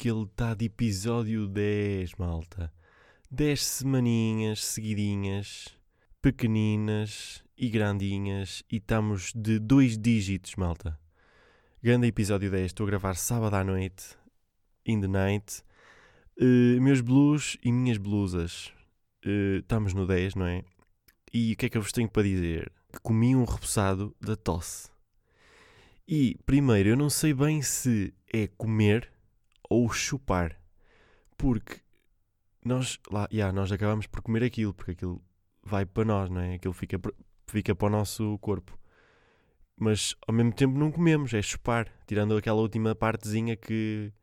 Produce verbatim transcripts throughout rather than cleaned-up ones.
porque ele está de episódio dez, malta. dez semaninhas seguidinhas, pequeninas e grandinhas, e estamos de dois dígitos, malta. Grande episódio dez, estou a gravar sábado à noite, in the night. Uh, meus blues e minhas blusas. Uh, estamos no dez, não é? E o que é que eu vos tenho para dizer? Que comi um repousado da tosse. E, primeiro, eu não sei bem se é comer ou chupar. Porque nós, lá, yeah, nós acabamos por comer aquilo, porque aquilo vai para nós, não é? Aquilo fica, fica para o nosso corpo. Mas, ao mesmo tempo, não comemos, é chupar. Tirando aquela última partezinha que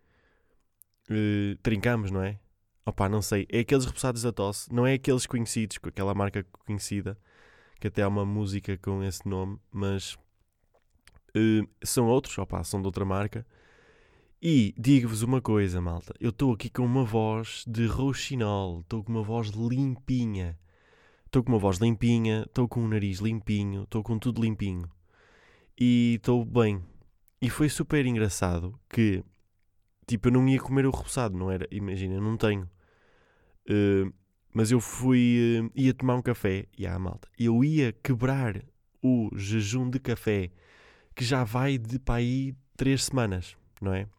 uh, trincamos, não é? Opá, não sei. É aqueles repousados da tosse. Não é aqueles conhecidos, com aquela marca conhecida, que até há uma música com esse nome, mas uh, são outros, opá, são de outra marca. E digo-vos uma coisa, malta. Eu estou aqui com uma voz de rouxinol. Estou com uma voz limpinha. Estou com uma voz limpinha. Estou com um nariz limpinho. Estou com tudo limpinho. E estou bem. E foi super engraçado que, tipo, eu não ia comer o repousado, não era? Imagina, eu não tenho. Uh, mas eu fui... Uh, ia tomar um café. E ah, malta. Eu ia quebrar o jejum de café, que já vai de para aí três semanas, não é?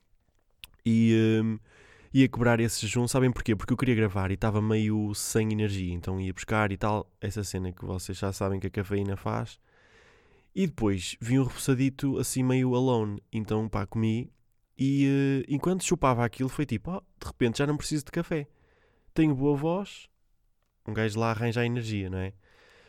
E um, ia quebrar esse jejum, sabem porquê? Porque eu queria gravar e estava meio sem energia, então ia buscar e tal, essa cena que vocês já sabem que a cafeína faz. E depois vi um repousadito assim meio alone, então pá, comi e uh, enquanto chupava aquilo foi tipo, oh, de repente já não preciso de café, tenho boa voz, um gajo lá arranja a energia, não é?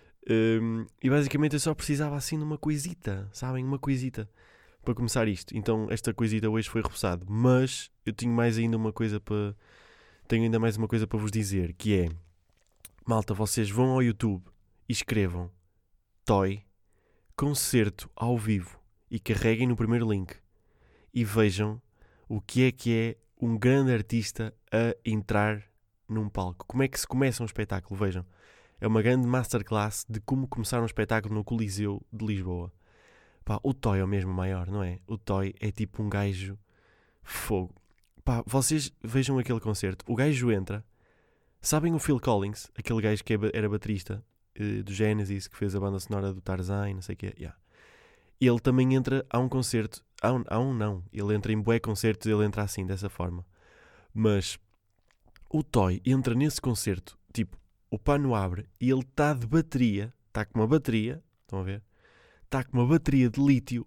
Um, e basicamente eu só precisava assim de uma coisita, sabem? Uma coisita para começar isto. Então esta coisita hoje foi repousado. Mas eu tenho mais ainda uma coisa para... Tenho ainda mais uma coisa para vos dizer, que é... Malta, vocês vão ao YouTube e escrevam Toy concerto ao vivo e carreguem no primeiro link e vejam o que é que é um grande artista a entrar num palco. Como é que se começa um espetáculo, vejam. É uma grande masterclass de como começar um espetáculo no Coliseu de Lisboa. Pá, o Toy é o mesmo maior, não é? O Toy é tipo um gajo fogo. Pá, vocês vejam aquele concerto. O gajo entra. Sabem o Phil Collins? Aquele gajo que era baterista uh, do Genesis, que fez a banda sonora do Tarzan, não sei o quê. Yeah. Ele também entra a um concerto. Há um, há um não. Ele entra em bué concertos, ele entra assim, dessa forma. Mas o Toy entra nesse concerto, tipo, o pano abre e ele está de bateria. Está com uma bateria, estão a ver? Está com uma bateria de lítio,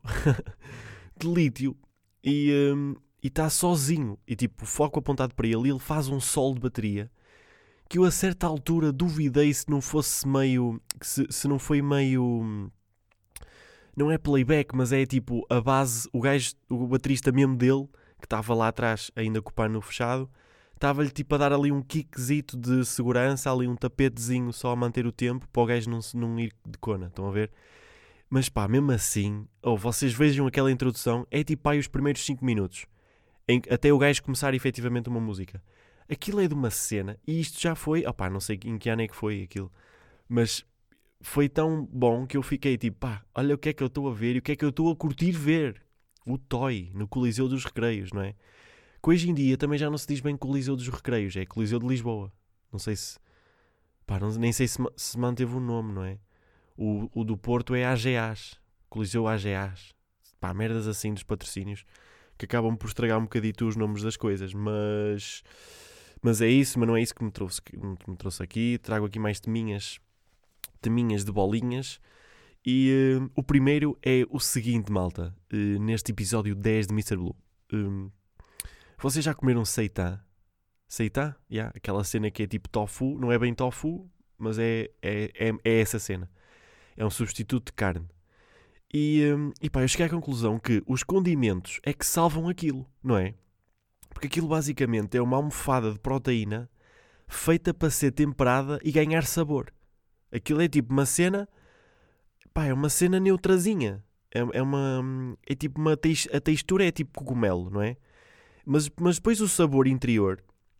de lítio, e um, está sozinho, e tipo, o foco apontado para ele, e ele faz um solo de bateria, que eu a certa altura duvidei se não fosse meio, se, se não foi meio, não é playback, mas é tipo, a base, o gajo, o baterista mesmo dele, que estava lá atrás, ainda com o pano fechado, estava-lhe tipo a dar ali um kickzito de segurança, ali um tapetezinho só a manter o tempo, para o gajo não, não ir de cona, estão a ver? Mas pá, mesmo assim, ou oh, vocês vejam aquela introdução, é tipo aí os primeiros cinco minutos, em, até o gajo começar efetivamente uma música. Aquilo é de uma cena, e isto já foi, opá, não sei em que ano é que foi aquilo, mas foi tão bom que eu fiquei tipo, pá, olha o que é que eu estou a ver e o que é que eu estou a curtir ver. O Toy, no Coliseu dos Recreios, não é? Que hoje em dia também já não se diz bem Coliseu dos Recreios, é Coliseu de Lisboa. Não sei se, pá, não, nem sei se, se manteve o nome, não é? O, o do Porto é A G As, Coliseu A G As. Pá, merdas assim dos patrocínios que acabam por estragar um bocadito os nomes das coisas, mas, mas é isso, mas não é isso que me trouxe, que me trouxe aqui. Trago aqui mais teminhas, teminhas de bolinhas. E uh, o primeiro é o seguinte, malta, uh, neste episódio dez de mister Blue. Um, vocês já comeram seitã? Seitã? Yeah, aquela cena que é tipo tofu, não é bem tofu, mas é, é, é, é essa cena. É um substituto de carne. E, um, e pá, eu cheguei à conclusão que os condimentos é que salvam aquilo, não é? Porque aquilo basicamente é uma almofada de proteína feita para ser temperada e ganhar sabor. Aquilo é tipo uma cena, pá, é uma cena neutrazinha. É, é uma, é tipo uma, tex, a textura é tipo cogumelo, não é? Mas, mas depois o sabor interior,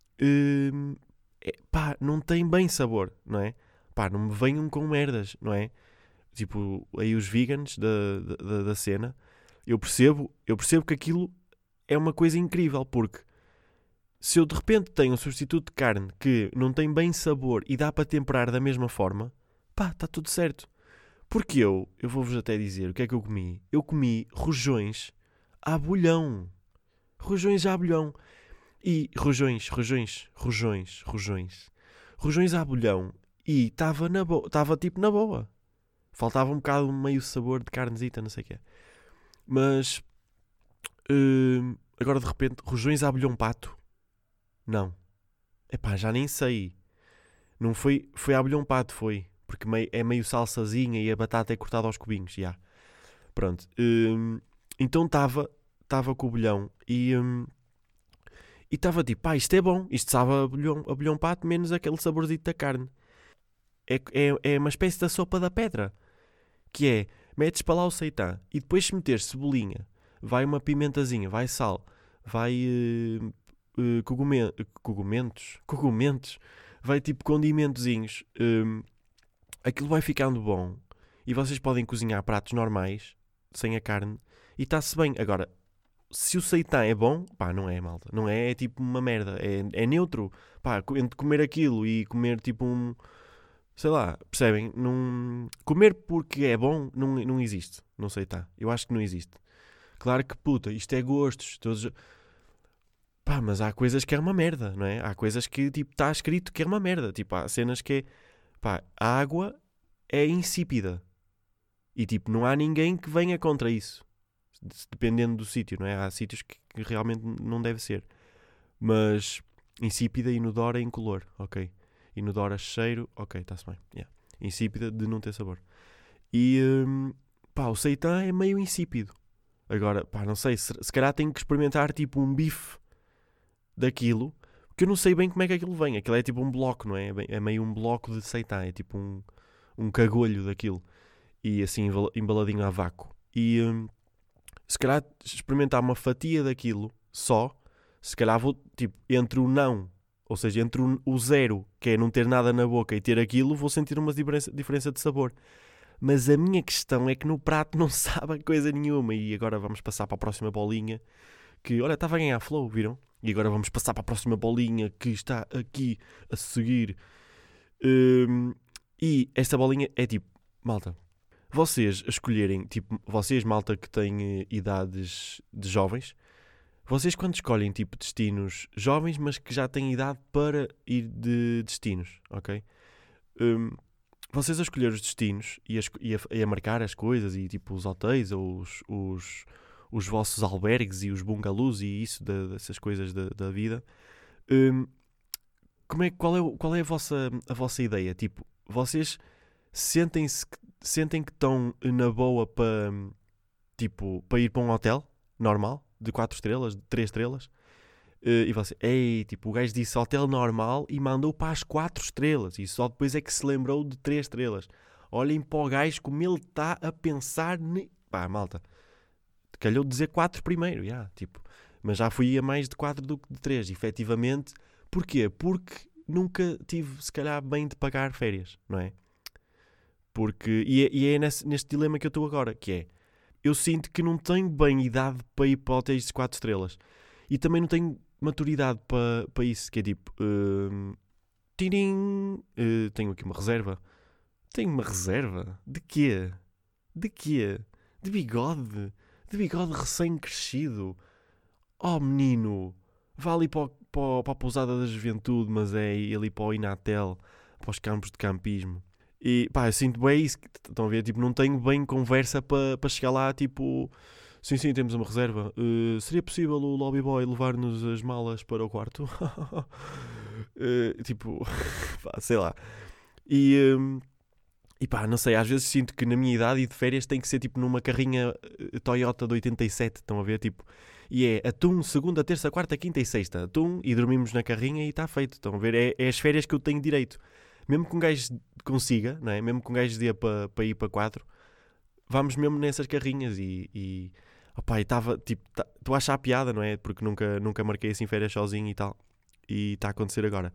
hum, é, pá, não tem bem sabor, não é? Pá, não me venham com merdas, não é? Tipo, aí os vegans da, da, da cena, eu percebo, eu percebo que aquilo é uma coisa incrível, porque Se eu de repente tenho um substituto de carne que não tem bem sabor e dá para temperar da mesma forma, pá, está tudo certo. Porque eu, eu vou-vos até dizer o que é que eu comi. Eu comi rojões à bolhão. Rojões à bolhão. E rojões, rojões, rojões, rojões. Rojões à bolhão. E estava na boa, estava tipo na boa. Faltava um bocado meio sabor de carnezita, não sei o que é. Mas, hum, agora de repente, rojões à bolhão pato? Não. Epá, já nem sei. Não foi, foi à bolhão pato, foi. Porque meio, é meio salsazinha e a batata é cortada aos cubinhos, já. Yeah. Pronto. Hum, então estava, estava com o bolhão e... Hum, e estava tipo, pá, isto é bom. Isto sabe a bolhão, a bolhão pato menos aquele saborzito da carne. É, é, é uma espécie da sopa da pedra. Que é, metes para lá o seitã e depois se meteres cebolinha, vai uma pimentazinha, vai sal, vai uh, uh, cogumen- cogumentos, cogumentos, vai tipo condimentozinhos. Um, aquilo vai ficando bom e vocês podem cozinhar pratos normais, sem a carne, e está-se bem. Agora, se o seitã é bom, pá, não é, malta. Não é, é tipo uma merda. É, é neutro. Pá, entre comer aquilo e comer tipo um... Sei lá, percebem? Não... Comer porque é bom não, não existe. Não sei, tá? Eu acho que não existe. Claro que, puta, isto é gostos. Todos... Pá, mas há coisas que é uma merda, não é? Há coisas que, tipo, está escrito que é uma merda. Tipo, há cenas que é... Pá, a água é insípida. E, tipo, não há ninguém que venha contra isso. Dependendo do sítio, não é? Há sítios que, que realmente não deve ser. Mas insípida, inodora e incolor, ok. Inodora, cheiro, ok, está-se bem. Yeah. Insípida de não ter sabor. E, hum, pá, o seitã é meio insípido. Agora, pá, não sei, se, se calhar tenho que experimentar tipo um bife daquilo, porque eu não sei bem como é que aquilo vem. Aquilo é tipo um bloco, não é? É meio um bloco de seitã, é tipo um, um cagolho daquilo. E assim, embaladinho a vácuo. E, hum, se calhar experimentar uma fatia daquilo só, se calhar vou, tipo, entre o não, ou seja, entre o, o zero, que é não ter nada na boca, e ter aquilo, vou sentir uma diferença, diferença de sabor. Mas a minha questão é que no prato não sabe coisa nenhuma. E agora vamos passar para a próxima bolinha, que, olha, estava a ganhar flow, viram? E agora vamos passar para a próxima bolinha, que está aqui a seguir. Hum, e esta bolinha é tipo, malta, vocês escolherem, tipo, vocês, malta que têm uh, idades de jovens, vocês quando escolhem, tipo, destinos jovens, mas que já têm idade para ir de destinos, ok? Um, vocês a escolher os destinos e a, e, a, e a marcar as coisas e, tipo, os hotéis ou os, os, os vossos albergues e os bungalows e isso, de, dessas coisas da, da vida, um, como é, qual é, qual é a, vossa, a vossa ideia? Tipo, vocês sentem-se sentem que estão na boa para, tipo, para ir para um hotel normal, de quatro estrelas, de três estrelas, uh, e você, ei, tipo, o gajo disse hotel normal e mandou para as quatro estrelas, e só depois é que se lembrou de três estrelas. Olhem para o gajo como ele está a pensar, ne... pá, malta, calhou de dizer quatro primeiro, yeah, tipo, mas já fui a mais de quatro do que de três, efetivamente. Porquê? Porque nunca tive, se calhar, bem de pagar férias, não é? Porque, e é, e é nesse, neste dilema que eu estou agora, que é, eu sinto que não tenho bem idade para ir para hotéis de quatro estrelas. E também não tenho maturidade para, para isso, que é tipo, uh, tirim, uh, tenho aqui uma reserva. Tenho uma reserva? De quê? De quê? De bigode? De bigode recém-crescido? Oh menino, vá ali para, o, para, para a pousada da juventude, mas é ali para o Inatel, para os campos de campismo. E pá, eu sinto bem isso, estão a ver, tipo, não tenho bem conversa para pa chegar lá, tipo, sim, sim, temos uma reserva, uh, seria possível o lobby boy levar-nos as malas para o quarto? uh, tipo, pá, sei lá. E, um, e pá, não sei, às vezes sinto que na minha idade e de férias tem que ser tipo numa carrinha Toyota de oitenta e sete, estão a ver, tipo, e é atum, segunda, terça, quarta, quinta e sexta, atum, e dormimos na carrinha e está feito, estão a ver, é, é as férias que eu tenho direito. Mesmo que um gajo consiga, não é? Mesmo que um gajo dê para pa ir para quatro, vamos mesmo nessas carrinhas e... e opá, estava, tipo, estou a achar a piada, não é? Porque nunca, nunca marquei assim férias sozinho e tal. E está a acontecer agora.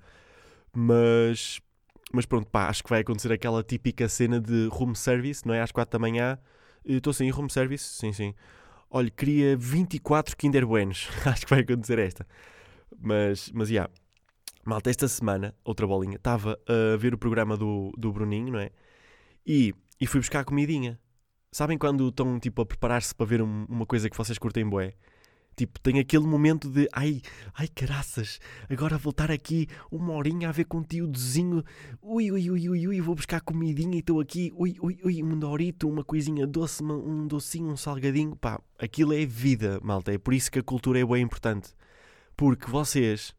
Mas, mas pronto, pá, acho que vai acontecer aquela típica cena de room service, não é? Às quatro da manhã, estou sim, room service, sim, sim. Olha, queria vinte e quatro Kinder Buenos. Acho que vai acontecer esta. Mas, mas, yeah. Malta, esta semana, outra bolinha, estava a ver o programa do, do Bruninho, não é? E, e fui buscar comidinha. Sabem quando estão, tipo, a preparar-se para ver um- uma coisa que vocês curtem bué? Tipo, tem aquele momento de, ai, ai caraças, agora voltar aqui uma horinha a ver com o tiozinho, ui, ui, ui, ui, ui, vou buscar comidinha e estou aqui, ui, ui, ui, um dorito, uma coisinha doce, uma- um docinho, um salgadinho, pá, aquilo é vida, malta, é por isso que a cultura é bem importante, porque vocês,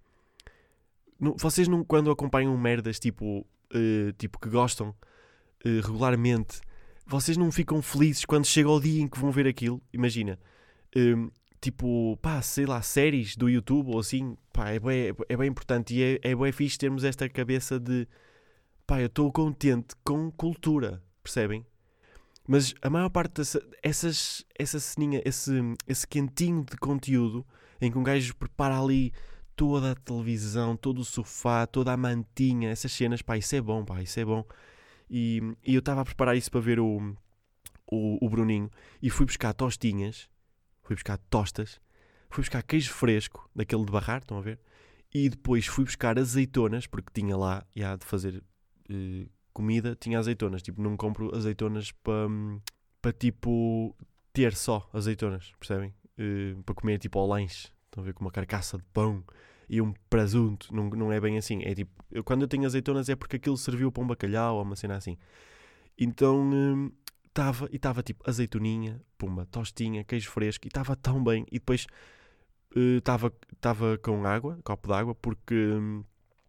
não- vocês não, quando acompanham merdas, tipo, eh, tipo que gostam eh, regularmente, vocês não ficam felizes quando chega o dia em que vão ver aquilo, imagina, hum, tipo, pá, sei lá, séries do YouTube ou assim, pá, é bem, é bem importante e é, é bem fixe termos esta cabeça de, pá, eu estou contente com cultura, percebem? Mas a maior parte dessa, essas, essa ceninha, esse, esse quentinho de conteúdo em que um gajo prepara ali toda a televisão, todo o sofá, toda a mantinha, essas cenas, pá, isso é bom, pá, isso é bom. E, e eu estava a preparar isso para ver o, o, o Bruninho e fui buscar tostinhas. Fui buscar tostas, fui buscar queijo fresco, daquele de barrar, estão a ver? E depois fui buscar azeitonas, porque tinha lá, já de fazer eh, comida, tinha azeitonas. Tipo, não compro azeitonas para, para tipo, ter só azeitonas, percebem? Eh, para comer, tipo, ao lanche. Estão a ver? Com uma carcaça de pão e um presunto. Não, não é bem assim. É tipo, eu, quando eu tenho azeitonas é porque aquilo serviu para um bacalhau ou uma cena assim. Então... Estava, e estava tipo azeitoninha, pumba, tostinha, queijo fresco, e estava tão bem. E depois estava uh, com água, copo de água, porque hum,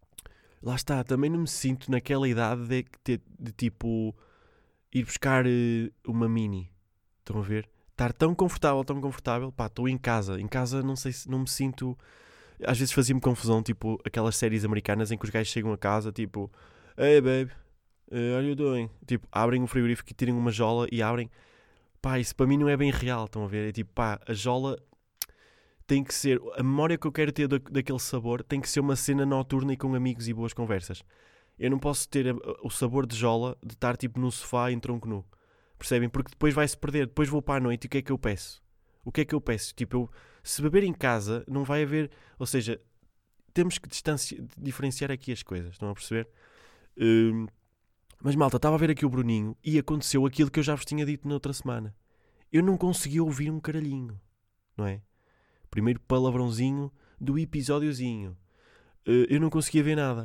lá está, também não me sinto naquela idade de, de, de tipo ir buscar uh, uma mini. Estão a ver? Estar tão confortável, tão confortável, pá, estou em casa. Em casa não sei se não me sinto. Às vezes fazia-me confusão, tipo aquelas séries americanas em que os gajos chegam a casa, tipo, hey babe. Uh, how you doing? Tipo, abrem um frigorífico e tirem uma jola e abrem. Pá, isso para mim não é bem real, estão a ver? É tipo, pá, a jola tem que ser. A memória que eu quero ter da, daquele sabor tem que ser uma cena noturna e com amigos e boas conversas. Eu não posso ter a, o sabor de jola de estar tipo no sofá em tronco nu. Percebem? Porque depois vai-se perder. Depois vou para a noite e o que é que eu peço? O que é que eu peço? Tipo, eu, se beber em casa, não vai haver. Ou seja, temos que distanci... diferenciar aqui as coisas, estão a perceber? Hum, Mas malta, estava a ver aqui o Bruninho e aconteceu aquilo que eu já vos tinha dito na outra semana. Eu não consegui ouvir um caralhinho, não é? Primeiro palavrãozinho do episódiozinho. Uh, eu não conseguia ver nada.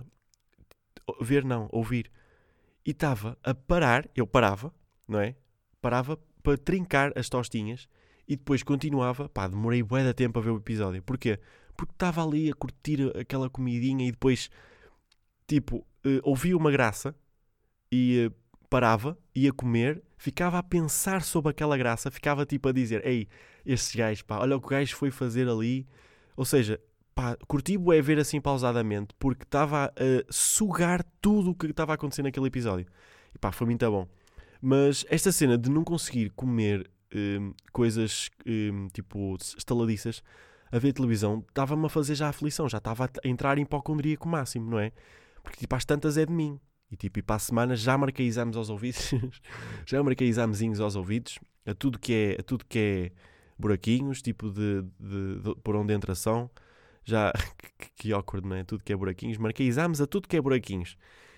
Ver não, ouvir. E estava a parar, eu parava, não é? Parava para trincar as tostinhas e depois continuava. Pá, demorei bué de tempo a ver o episódio. Porquê? Porque estava ali a curtir aquela comidinha e depois, tipo, uh, ouvia uma graça e uh, parava, ia comer, ficava a pensar sobre aquela graça, ficava tipo a dizer, ei, este gajo, pá, olha o que o gajo foi fazer ali. Ou seja, pá, curti bué ver assim pausadamente, porque estava a sugar tudo o que estava a acontecer naquele episódio. E pá, foi muito bom. Mas esta cena de não conseguir comer hum, coisas hum, tipo estaladiças a ver televisão, estava-me a fazer já aflição, já estava a entrar em hipocondríaco máximo, não é? Porque tipo, às tantas é de mim. E tipo, e para a semana já marquei exames aos ouvidos, já marquei examezinhos aos ouvidos, a tudo que é, a tudo que é buraquinhos, tipo de, de, de por onde entra som, já, que, que awkward, não é? Tudo que é buraquinhos, marquei exames a tudo que é buraquinhos.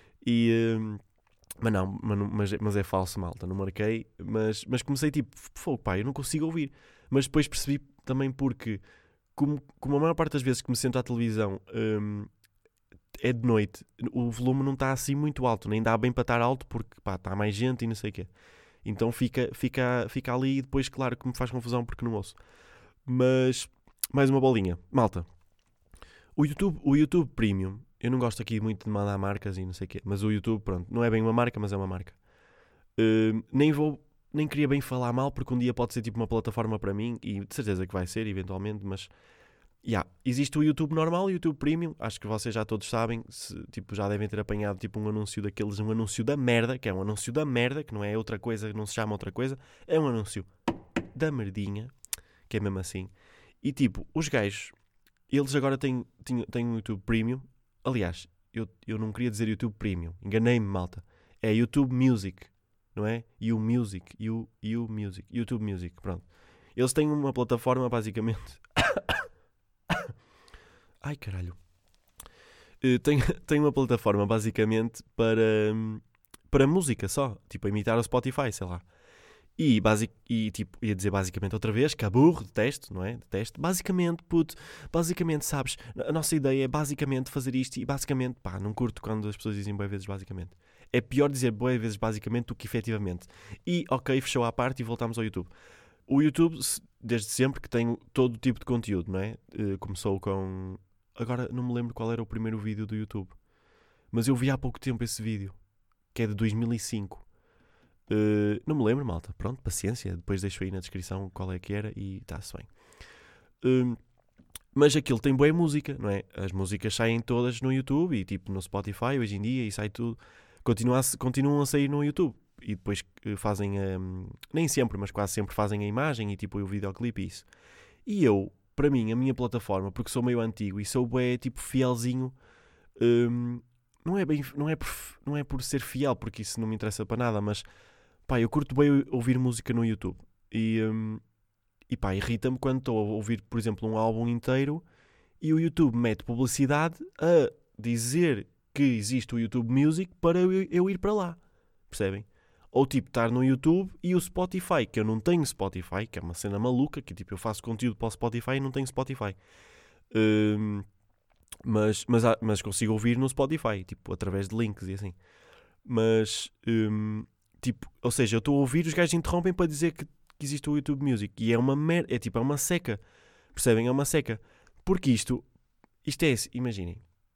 E, hum, mas não, mas, não- mas, mas é falso, malta, não marquei, mas, mas comecei tipo, fogo, pá, eu não consigo ouvir. Mas depois percebi também porque, como, como a maior parte das vezes que me sento à televisão, hum, é de noite, o volume não está assim muito alto, nem dá bem para estar alto porque pá, está mais gente e não sei o quê. Então fica, fica, fica ali e depois, claro, que me faz confusão porque não ouço. Mas, mais uma bolinha. Malta, o YouTube, o YouTube Premium, eu não gosto aqui muito de mandar marcas e não sei o quê, mas o YouTube, pronto, não é bem uma marca, mas é uma marca. Uh, nem vou, nem queria bem falar mal porque um dia pode ser tipo uma plataforma para mim e de certeza que vai ser, eventualmente, mas yeah, existe o YouTube normal e o YouTube Premium, acho que vocês já todos sabem, se, tipo, já devem ter apanhado tipo um anúncio daqueles, um anúncio da merda, que é um anúncio da merda, que não é outra coisa, não se chama outra coisa, é um anúncio da merdinha, que é mesmo assim. E tipo, os gajos, eles agora têm, têm, têm um YouTube Premium, aliás, eu, eu não queria dizer YouTube Premium, enganei-me, malta, é YouTube Music, não é? You Music, You, you Music, YouTube Music, pronto. Eles têm uma plataforma basicamente Ai, caralho. Uh, tem, tem uma plataforma, basicamente, para, hum, para música só. Tipo, a imitar o Spotify, sei lá. E, basic, e tipo, ia dizer basicamente outra vez, que aburro, detesto, não é? Detesto. Basicamente, puto, basicamente, sabes, a nossa ideia é basicamente fazer isto e basicamente, pá, não curto quando as pessoas dizem boas vezes basicamente. É pior dizer boas vezes basicamente do que efetivamente. E, ok, fechou à parte e voltamos ao YouTube. O YouTube, desde sempre, que tem todo tipo de conteúdo, não é? Uh, começou com... Agora, não me lembro qual era o primeiro vídeo do YouTube. Mas eu vi há pouco tempo esse vídeo, que é de dois mil e cinco. Uh, não me lembro, malta. Pronto, paciência. Depois deixo aí na descrição qual é que era e está-se bem. Uh, mas aquilo tem boa música, não é? As músicas saem todas no YouTube e tipo no Spotify hoje em dia e sai tudo. Continua a, continuam a sair no YouTube. E depois uh, fazem, um, nem sempre, mas quase sempre fazem a imagem e tipo o videoclipe e isso. E eu, para mim, a minha plataforma, porque sou meio antigo e sou bué, tipo fielzinho, um, não é bem, não é, por, não é por ser fiel, porque isso não me interessa para nada, mas pá, eu curto bem ouvir música no YouTube e, um, e pá, irrita-me quando estou a ouvir, por exemplo, um álbum inteiro e o YouTube mete publicidade a dizer que existe o YouTube Music para eu, eu ir para lá, percebem? Ou tipo, estar no YouTube e o Spotify, que eu não tenho Spotify, que é uma cena maluca, que tipo, eu faço conteúdo para o Spotify e não tenho Spotify. Um, mas, mas, mas consigo ouvir no Spotify, tipo, através de links e assim. Mas... Um, tipo, ou seja, eu estou a ouvir, os gajos interrompem para dizer que, que existe o YouTube Music e é uma merda, é tipo, é uma seca, percebem? É uma seca, porque isto, isto é, imaginem,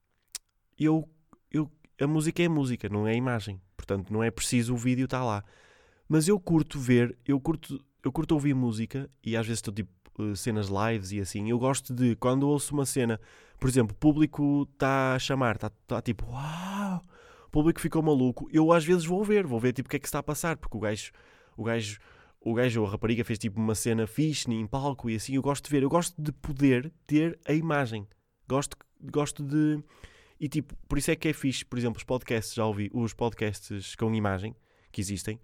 eu, eu, a música é música, não é imagem, portanto não é preciso o vídeo estar lá, mas eu curto ver, eu curto, eu curto ouvir música e às vezes estou tipo cenas lives e assim, eu gosto de, quando ouço uma cena, por exemplo, o público está a chamar, está tá, tipo, uau, o público ficou maluco, eu às vezes vou ver, vou ver tipo o que é que se está a passar, porque o gajo, o gajo, o gajo ou a rapariga fez tipo uma cena fixe em palco e assim, eu gosto de ver, eu gosto de poder ter a imagem, gosto, gosto de, e tipo, por isso é que é fixe, por exemplo, os podcasts, já ouvi, os podcasts com imagem, que existem,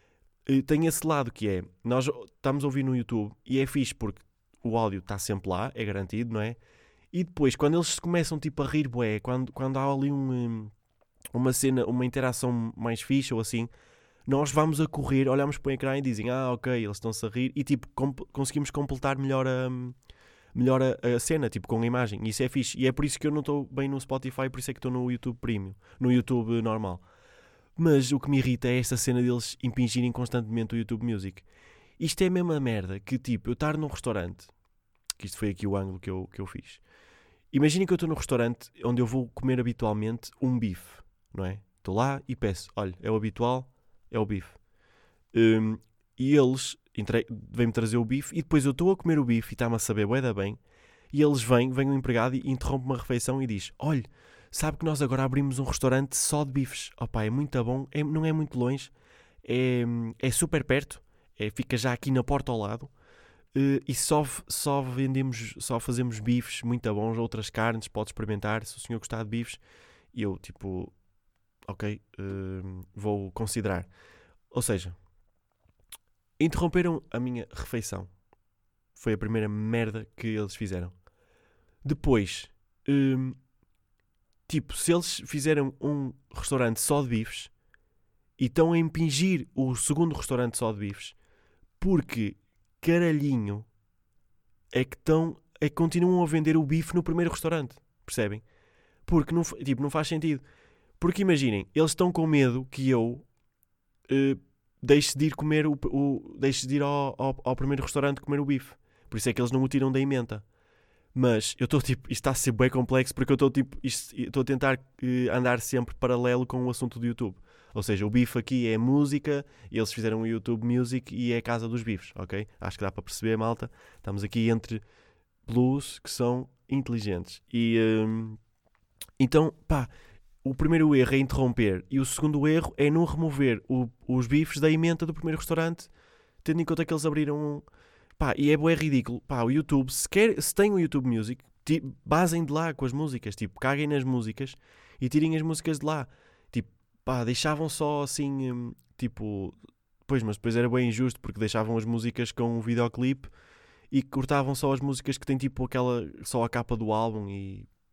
tem esse lado que é, nós estamos a ouvir no YouTube e é fixe porque o áudio está sempre lá, é garantido, não é? E depois, quando eles começam tipo a rir, bué, quando, quando há ali um, uma cena, uma interação mais fixe ou assim, nós vamos a correr, olhamos para o ecrã e dizem, ah, ok, eles estão-se a rir, e tipo, comp- conseguimos completar melhor a, melhor a, a cena, tipo, com a imagem, e isso é fixe. E é por isso que eu não estou bem no Spotify, por isso é que estou no YouTube Premium, no YouTube normal. Mas o que me irrita é esta cena deles impingirem constantemente o YouTube Music. Isto é a mesma merda que, tipo, eu estar num restaurante, que isto foi aqui o ângulo que eu, que eu fiz. Imaginem que eu estou num restaurante onde eu vou comer habitualmente um bife, não é? Estou lá e peço, olha, é o habitual, é o bife. Um, e eles entre... vêm-me trazer o bife e depois eu estou a comer o bife e está-me a saber bué da bem e eles vêm, vem um empregado e interrompe uma refeição e diz, olha, sabe que nós agora abrimos um restaurante só de bifes. Opá, é muito bom, é, não é muito longe, é, é super perto, é, fica já aqui na porta ao lado. Uh, e só, só vendemos, só fazemos bifes muito bons, outras carnes, pode experimentar, se o senhor gostar de bifes. E eu, tipo, ok, uh, vou considerar. Ou seja, interromperam a minha refeição. Foi a primeira merda que eles fizeram. Depois, um, tipo, se eles fizeram um restaurante só de bifes e estão a impingir o segundo restaurante só de bifes, porque caralhinho é que estão, é que continuam a vender o bife no primeiro restaurante, percebem? Porque não, tipo, não faz sentido. Porque imaginem, eles estão com medo que eu uh, deixe de ir comer o, o deixe de ir ao, ao, ao primeiro restaurante comer o bife. Por isso é que eles não o tiram da emenda. Mas eu estou tipo, isto está a ser bem complexo porque eu estou tipo, estou a tentar uh, andar sempre paralelo com o assunto do YouTube. Ou seja, o bife aqui é música, e eles fizeram o YouTube Music e é a casa dos bifes, ok? Acho que dá para perceber, malta. Estamos aqui entre blues que são inteligentes. E um, então, pá, o primeiro erro é interromper e o segundo erro é não remover o, os bifes da emenda do primeiro restaurante, tendo em conta que eles abriram um... Pá, e é bué ridículo. Pá, o YouTube, se, quer, se tem o YouTube Music, t- basem de lá com as músicas. Tipo, caguem nas músicas e tirem as músicas de lá. Tipo, pá, deixavam só assim, hum, tipo... Pois, mas depois era bem injusto porque deixavam as músicas com o videoclipe e cortavam só as músicas que têm tipo aquela... Só a capa do álbum e...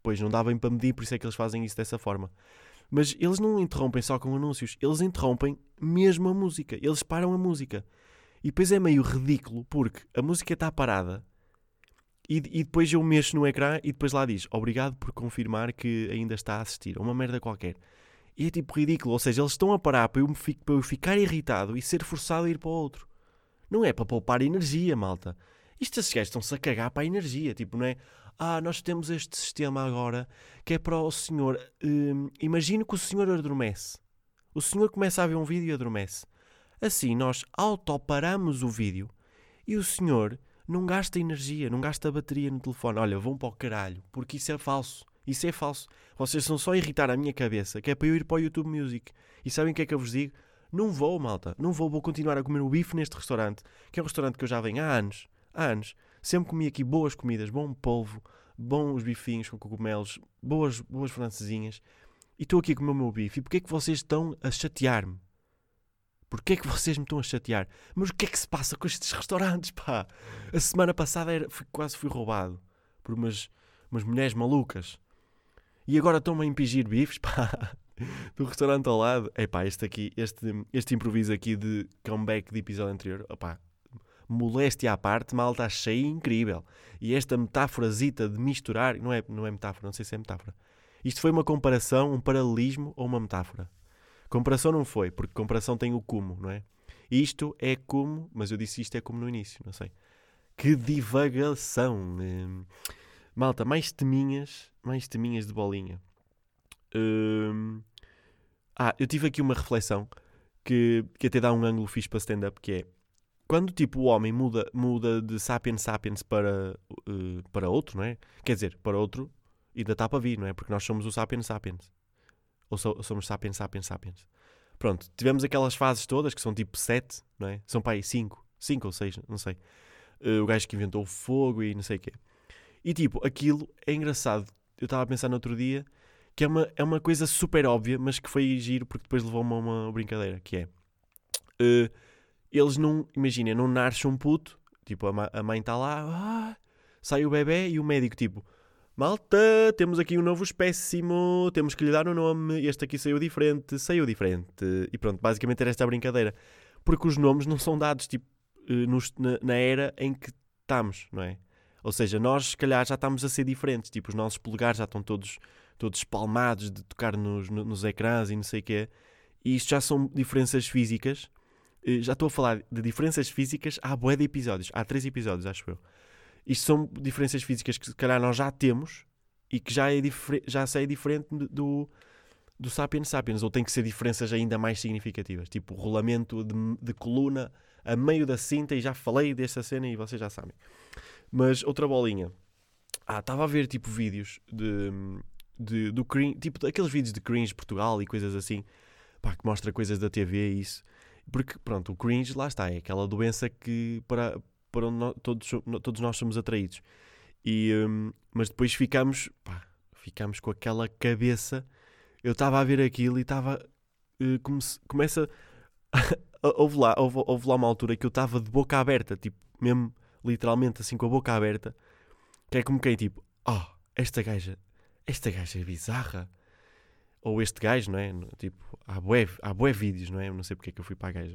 depois não dá bem para medir, por isso é que eles fazem isso dessa forma. Mas eles não interrompem só com anúncios, eles interrompem mesmo a música, eles param a música. E depois é meio ridículo, porque a música está parada e, e depois eu mexo no ecrã e depois lá diz obrigado por confirmar que ainda está a assistir, ou uma merda qualquer. E é tipo ridículo, ou seja, eles estão a parar para eu, para eu ficar irritado e ser forçado a ir para o outro. Não é para poupar energia, malta. Isto esses gajos estão-se a cagar para a energia, tipo, não é? Ah, nós temos este sistema agora que é para o senhor... Hum, imagine que o senhor adormece. O senhor começa a ver um vídeo e adormece. Assim, nós autoparamos o vídeo e o senhor não gasta energia, não gasta bateria no telefone. Olha, vão para o caralho, porque isso é falso. Isso é falso. Vocês estão só a irritar a minha cabeça, que é para eu ir para o YouTube Music. E sabem o que é que eu vos digo? Não vou, malta. Não vou. Vou continuar a comer o bife neste restaurante, que é um restaurante que eu já venho há anos. Há anos. Sempre comi aqui boas comidas, bom polvo, bons bifinhos com cogumelos, boas, boas francesinhas. E estou aqui a comer o meu bife. E porquê é que vocês estão a chatear-me? Porquê é que vocês me estão a chatear? Mas o que é que se passa com estes restaurantes, pá? A semana passada era, fui, quase fui roubado por umas, umas mulheres malucas. E agora estão-me a impingir bifes, pá, do restaurante ao lado. É pá, este aqui, este, este improviso aqui de comeback de episódio anterior, opá, moléstia à parte, malta, achei incrível. E esta metáforazita de misturar, não é, não é metáfora, não sei se é metáfora. Isto foi uma comparação, um paralelismo ou uma metáfora? Comparação não foi, porque comparação tem o como, não é? Isto é como, mas eu disse isto é como no início, não sei. Que divagação. Hum, malta, mais teminhas, mais teminhas de bolinha. Hum, ah, eu tive aqui uma reflexão que, que até dá um ângulo fixe para stand-up, que é quando tipo o homem muda, muda de sapiens sapiens para, uh, para outro, não é? Quer dizer, para outro, ainda está para vir, não é? Porque nós somos o sapiens sapiens. Ou so, somos sapiens, sapiens, sapiens. Pronto, tivemos aquelas fases todas, que são tipo sete, não é? São para aí cinco, cinco ou seis, não sei. Uh, o gajo que inventou o fogo e não sei o quê. E tipo, aquilo é engraçado. Eu estava a pensar no outro dia, que é uma, é uma coisa super óbvia, mas que foi giro, porque depois levou-me a uma brincadeira, que é... Uh, eles não, imaginem, não nascem um puto, tipo, a, ma- a mãe está lá, ah, sai o bebê e o médico tipo... Malta, temos aqui um novo espécimo, temos que lhe dar um nome, este aqui saiu diferente, saiu diferente. E pronto, basicamente era esta a brincadeira. Porque os nomes não são dados tipo, nos, na, na era em que estamos, não é? Ou seja, nós se calhar já estamos a ser diferentes, tipo, os nossos polegares já estão todos, todos espalmados de tocar nos, nos ecrãs e não sei o quê. E isto já são diferenças físicas. Já estou a falar de diferenças físicas há bué de episódios, há três episódios, acho eu. Isto são diferenças físicas que se calhar nós já temos e que já é, difer- já é diferente do, do Sapiens Sapiens, ou tem que ser diferenças ainda mais significativas, tipo o rolamento de, de coluna a meio da cinta, e já falei desta cena e vocês já sabem. Mas outra bolinha. Ah, estava a ver tipo vídeos de, de, do cringe, tipo aqueles vídeos de cringe Portugal e coisas assim, pá, que mostra coisas da T V e isso. Porque pronto, o cringe lá está, é aquela doença que para... para onde nós, todos, todos nós somos atraídos. E, um, mas depois ficamos, pá, ficamos com aquela cabeça. Eu estava a ver aquilo e estava... Uh, come, começa... houve, lá, houve, houve lá uma altura que eu estava de boca aberta, tipo, mesmo literalmente assim com a boca aberta, que é como quem, tipo, oh, esta gaja, esta gaja é bizarra. Ou este gajo, não é? Tipo, há bué, há bué vídeos, não é? Eu não sei porque é que eu fui para a gaja.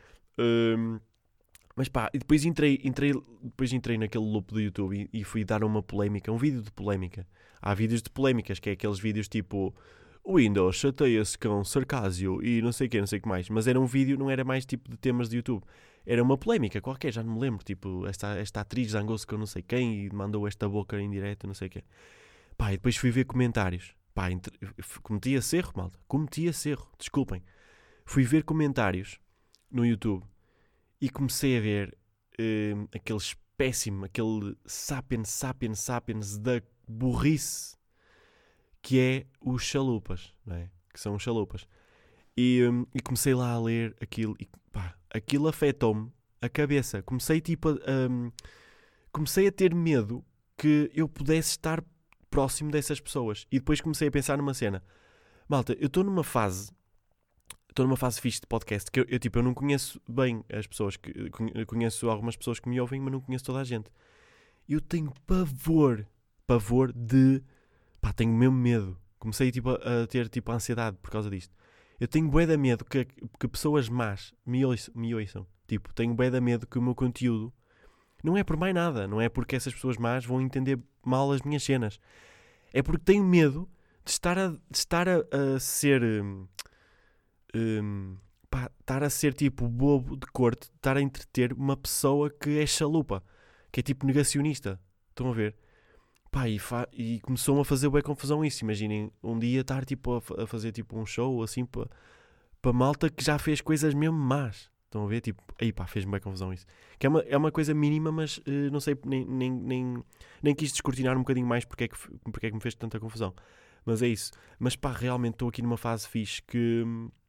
Um, Mas pá, e depois entrei, entrei, depois entrei naquele loop do YouTube e, e fui dar uma polémica, um vídeo de polémica. Há vídeos de polémicas, que é aqueles vídeos tipo o Windows chateia-se com sarcásio e não sei o que, não sei o que mais. Mas era um vídeo, não era mais tipo de temas de YouTube. Era uma polémica qualquer, já não me lembro. Tipo, esta, esta atriz zangou-se com não sei quem e mandou esta boca em direto, não sei o que. Pá, e depois fui ver comentários. Pá, entre, cometi esse erro, malta. Cometi esse erro, desculpem. Fui ver comentários no YouTube. E comecei a ver uh, aquele péssimo, aquele sapiens, sapiens, sapiens da burrice que é os chalupas, não é? Que são os chalupas. E, um, e comecei lá a ler aquilo e pá, aquilo afetou-me a cabeça. Comecei tipo a, um, comecei a ter medo que eu pudesse estar próximo dessas pessoas. E depois comecei a pensar numa cena. Malta, eu estou numa fase... Estou numa fase fixe de podcast que eu, eu, tipo, eu não conheço bem as pessoas, que eu conheço algumas pessoas que me ouvem, mas não conheço toda a gente. Eu tenho pavor, pavor de pá, tenho mesmo medo. Comecei tipo, a, a ter tipo ansiedade por causa disto. Eu tenho bué de medo que, que pessoas más me ouçam, me ouçam. Tipo, tenho bué de medo que o meu conteúdo não é por mais nada. Não é porque essas pessoas más vão entender mal as minhas cenas. É porque tenho medo de estar a, de estar a, a ser... Hum, hum, pá, estar a ser tipo bobo de corte, estar a entreter uma pessoa que é chalupa, que é tipo negacionista. Estão a ver? Pá, e, fa- e começou-me a fazer bué confusão isso. Imaginem um dia estar tipo a, fa- a fazer tipo um show assim para pa malta que já fez coisas mesmo más. Estão a ver? Tipo, aí pá, fez-me bué confusão isso. Que é uma, é uma coisa mínima, mas eh, não sei, nem, nem, nem, nem quis descortinar um bocadinho mais porque é, que, f- porque é que me fez tanta confusão. Mas é isso. Mas pá, realmente estou aqui numa fase fixe que,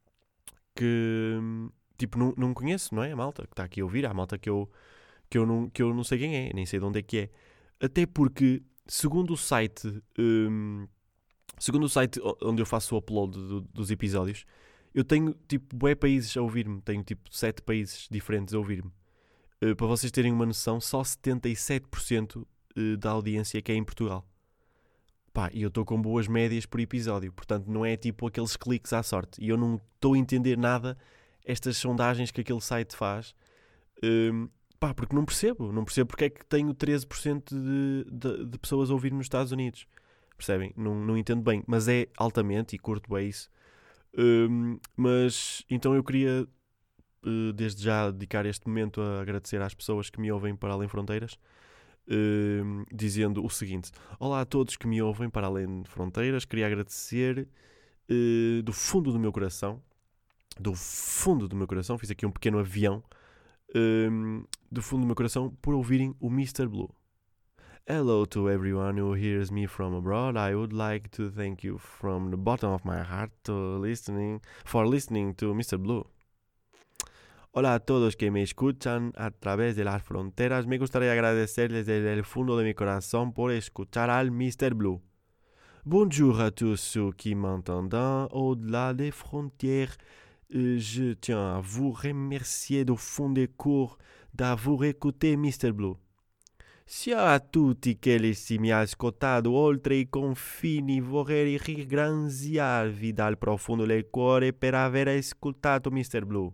que tipo, não, não conheço, não é? A malta que está aqui a ouvir, há a malta que eu, que, eu não, que eu não sei quem é, nem sei de onde é que é. Até porque, segundo o site, hum, segundo o site onde eu faço o upload do- dos episódios, eu tenho tipo bué países a ouvir-me, tenho tipo sete países diferentes a ouvir-me. Uh, para vocês terem uma noção, só setenta e sete por cento uh, da audiência que é em Portugal. Pá, e eu estou com boas médias por episódio, portanto não é tipo aqueles cliques à sorte. E eu não estou a entender nada estas sondagens que aquele site faz. Hum, pá, porque não percebo, não percebo porque é que tenho treze por cento de, de, de pessoas a ouvir-me nos Estados Unidos. Percebem? Não, não entendo bem, mas é altamente e curto bem isso. Hum, mas então eu queria uh, desde já dedicar este momento a agradecer às pessoas que me ouvem para além fronteiras. Uh, dizendo o seguinte: olá a todos que me ouvem para além de fronteiras, queria agradecer uh, do fundo do meu coração, do fundo do meu coração, fiz aqui um pequeno avião, um, do fundo do meu coração, por ouvirem o mister Blue. Hello to everyone who hears me from abroad. I would like to thank you from the bottom of my heart to listening, for listening to mister Blue. Hola a todos que me escuchan a través de las fronteras. Me gustaría agradecerles desde el fondo de mi corazón por escuchar al mister Blue. Bonjour à tous ceux qui m'entendent au-delà des frontières. Je tiens à vous remercier du fond du cœur d'avoir écouté mister Blue. Ciao a tutti che mi ha ascoltato oltre i confini. Vorrei ringraziarvi dal profondo del cuore per aver ascoltato mister Blue.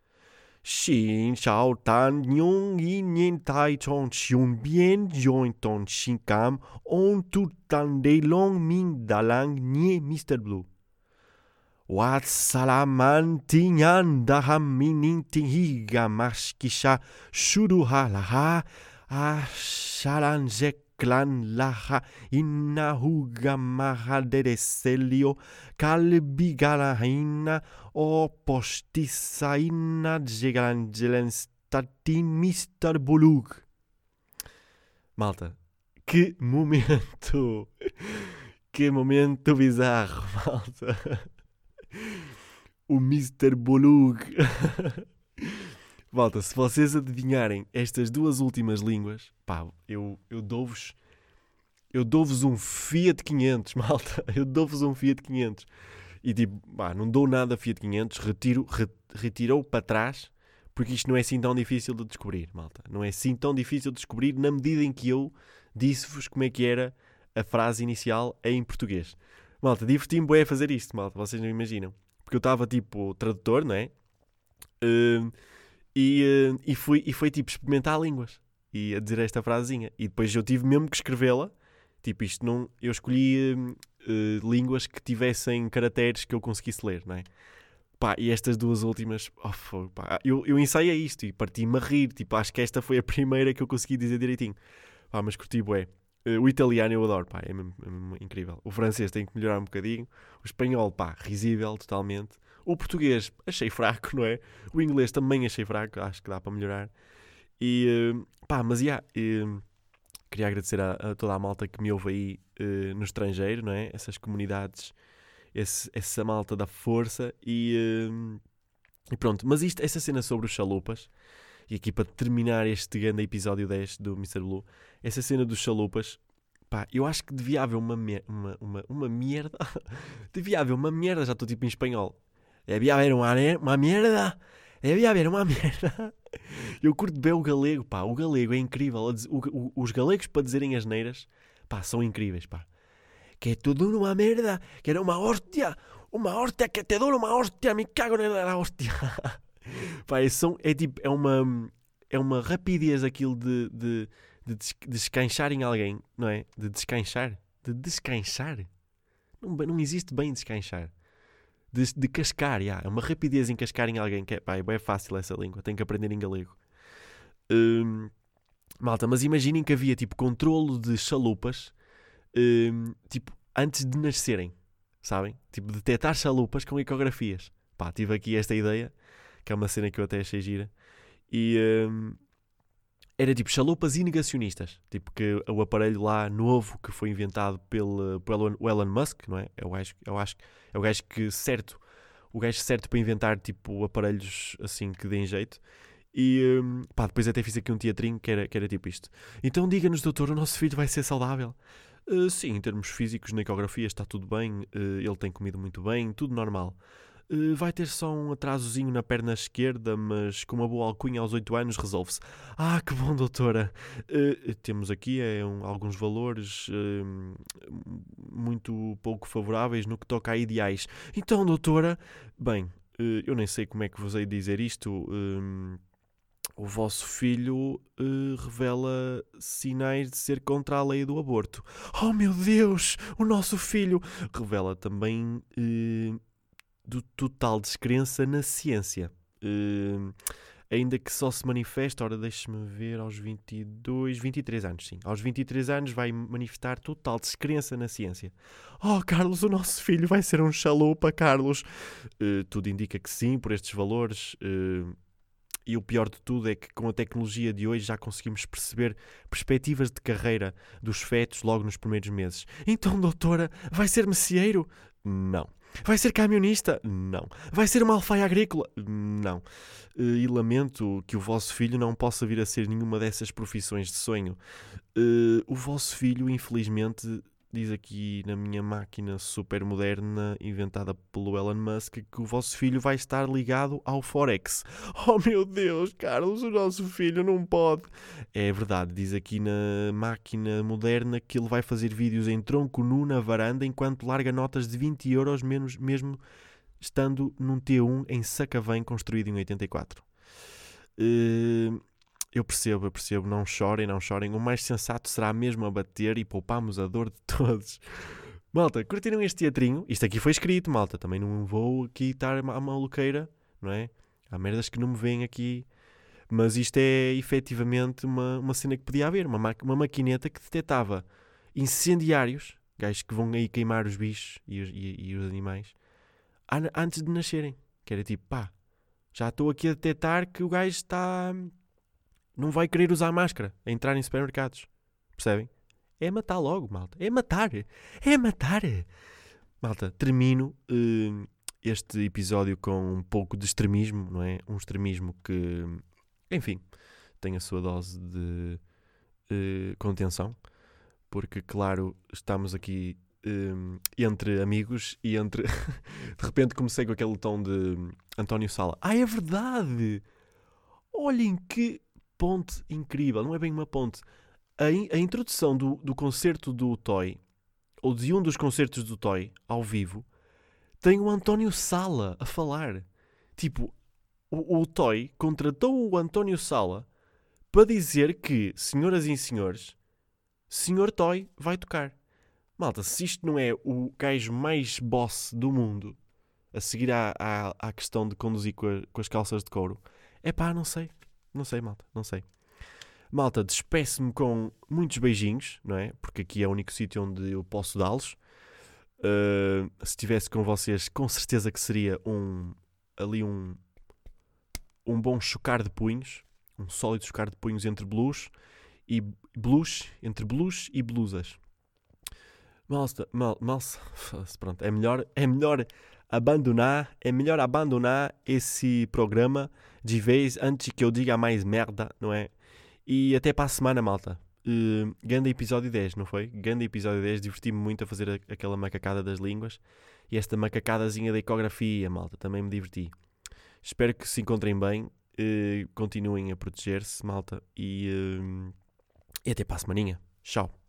Xin chào tan nhung y nyen tai chong xiun bien join ton xin cam on tout tan de long min dalang nye mister Blue. Wat salaman tinyan daham minin tinhiga mashkisha shuduha laha a shalan jeklan laha inahuga mahadere selio kalbigala hina o postissa inna jegalangelen statin mister Blue. Malta, que momento! Que momento bizarro, malta! O mister Blue. Malta, se vocês adivinharem estas duas últimas línguas, pá, eu, eu dou-vos eu dou-vos um Fiat quinhentos, malta. Eu dou-vos um Fiat quinhentos. E tipo, pá, não dou nada Fiat quinhentos, retiro, re, retirou para trás, porque isto não é assim tão difícil de descobrir, malta. Não é assim tão difícil de descobrir na medida em que eu disse-vos como é que era a frase inicial em português. Malta, diverti-me bem a fazer isto, malta, vocês não imaginam. Porque eu estava tipo tradutor, não é? Uh, e, uh, e, fui, e foi tipo experimentar línguas e a dizer esta frasezinha. E depois eu tive mesmo que escrevê-la. Tipo, isto não. Eu escolhi uh, uh, línguas que tivessem caracteres que eu conseguisse ler, não é? Pá, e estas duas últimas. Oh, foi, pá, eu, eu ensaiei isto e parti-me a rir. Tipo, acho que esta foi a primeira que eu consegui dizer direitinho. Pá, mas curti bué. Uh, o italiano eu adoro, pá, é mesmo, é mesmo incrível. O francês tem que melhorar um bocadinho. O espanhol, pá, risível totalmente. O português, achei fraco, não é? O inglês também achei fraco, acho que dá para melhorar. E, uh, pá, mas, já, yeah, uh, queria agradecer a, a toda a malta que me ouve aí uh, no estrangeiro, não é? Essas comunidades, esse, essa malta da força. E, uh, e pronto, mas isto, essa cena sobre os chalupas, e aqui para terminar este grande episódio dez do mister Blue, essa cena dos chalupas, pá, eu acho que devia haver uma, me- uma, uma, uma merda. Devia haver uma merda, já estou tipo em espanhol. Devia haver uma, uma merda. Devia haver uma merda. Eu curto bem o galego, pá. O galego é incrível. O, o, os galegos para dizerem asneiras, pá, são incríveis, pá. que é tudo uma merda, que era uma hostia, uma hostia que te dou uma hostia, me cago na hostia. Pá, é, são, é tipo, é uma, é uma rapidez aquilo de, de, de des, descanchar em alguém, não é? De descanchar, de descanchar. Não, não existe bem descanchar. De, de cascar, yeah. É uma rapidez em cascar em alguém que é, pá, é bem fácil essa língua, tenho que aprender em galego. Hum, malta, mas imaginem que havia tipo controlo de chalupas, hum, tipo, antes de nascerem, sabem? Tipo, detectar chalupas com ecografias. Pá, tive aqui esta ideia, que é uma cena que eu até achei gira, e hum, era tipo chalupas e negacionistas, tipo que o aparelho lá novo que foi inventado pelo, pelo Elon Musk, não é? Eu acho, eu acho é o gajo que certo, o gajo certo para inventar tipo aparelhos assim que deem jeito. E hum, pá, depois até fiz aqui um teatrinho que era, que era tipo isto. Então diga-nos, doutor, o nosso filho vai ser saudável? Uh, sim, em termos físicos, na ecografia está tudo bem, uh, ele tem comido muito bem, tudo normal. Uh, vai ter só um atrasozinho na perna esquerda, mas com uma boa alcunha aos oito anos resolve-se. Ah, que bom, doutora. Uh, temos aqui é, um, alguns valores uh, muito pouco favoráveis no que toca a ideais. Então, doutora, bem, uh, eu nem sei como é que vos hei de dizer isto. Uh, o vosso filho uh, revela sinais de ser contra a lei do aborto. Oh, meu Deus! O nosso filho revela também... Uh, do total descrença na ciência. Uh, ainda que só se manifesta, ora deixe-me ver, aos vinte e dois, vinte e três anos, sim. Aos vinte e três anos vai manifestar total descrença na ciência. Oh, Carlos, o nosso filho vai ser um chalupa, Carlos. Uh, tudo indica que sim, por estes valores. Uh, e o pior de tudo é que com a tecnologia de hoje já conseguimos perceber perspectivas de carreira dos fetos logo nos primeiros meses. Então, doutora, vai ser mecieiro? Não. Vai ser camionista? Não. Vai ser uma alfaia agrícola? Não. E lamento que o vosso filho não possa vir a ser nenhuma dessas profissões de sonho. O vosso filho, infelizmente, diz aqui na minha máquina super moderna, inventada pelo Elon Musk, que o vosso filho vai estar ligado ao Forex. Oh, meu Deus, Carlos, o nosso filho não pode. É verdade, diz aqui na máquina moderna que ele vai fazer vídeos em tronco nu na varanda enquanto larga notas de vinte euros, menos, mesmo estando num T um em Sacavém, construído em oitenta e quatro. Uh... Eu percebo, eu percebo, não chorem, não chorem. O mais sensato será mesmo abater e poupamos a dor de todos. Malta, curtiram este teatrinho? Isto aqui foi escrito, malta. Também não vou aqui estar à maluqueira, não é? Há merdas que não me veem aqui. Mas isto é efetivamente uma, uma cena que podia haver. Uma, ma- uma maquineta que detectava incendiários, gajos que vão aí queimar os bichos e os, e, e os animais, an- antes de nascerem. Que era tipo, pá, já estou aqui a detectar que o gajo está... não vai querer usar máscara a entrar em supermercados. Percebem? É matar logo, malta. É matar. É matar. Malta, termino uh, este episódio com um pouco de extremismo, não é? Um extremismo que, enfim, tem a sua dose de uh, contenção. Porque, claro, estamos aqui um, entre amigos e entre... de repente comecei com aquele tom de António Sala. Ah, é verdade! Olhem que... ponte incrível, não é bem uma ponte. A, in, a introdução do, do concerto do Toy, ou de um dos concertos do Toy, ao vivo, tem o António Sala a falar. Tipo, o, o Toy contratou o António Sala para dizer que, senhoras e senhores, senhor Toy vai tocar. Malta, se isto não é o gajo mais boss do mundo, a seguir à, à, à questão de conduzir com, a, com as calças de couro, é pá, não sei. Não sei, malta, não sei. Malta, despeço-me com muitos beijinhos, não é? Porque aqui é o único sítio onde eu posso dá-los. Uh, se estivesse com vocês, com certeza que seria um ali um, um bom chocar de punhos, um sólido chocar de punhos entre blues e blues, entre blues e blusas. Malta, mal, mal, pronto, é melhor, é melhor abandonar, é melhor abandonar esse programa de vez antes que eu diga mais merda, não é? E até para a semana, malta. Uh, Ganda episódio dez, não foi? Ganda episódio dez, diverti-me muito a fazer a, aquela macacada das línguas e esta macacadazinha da ecografia, malta, também me diverti. Espero que se encontrem bem, uh, continuem a proteger-se, malta, e, uh, e até para a semaninha. Tchau.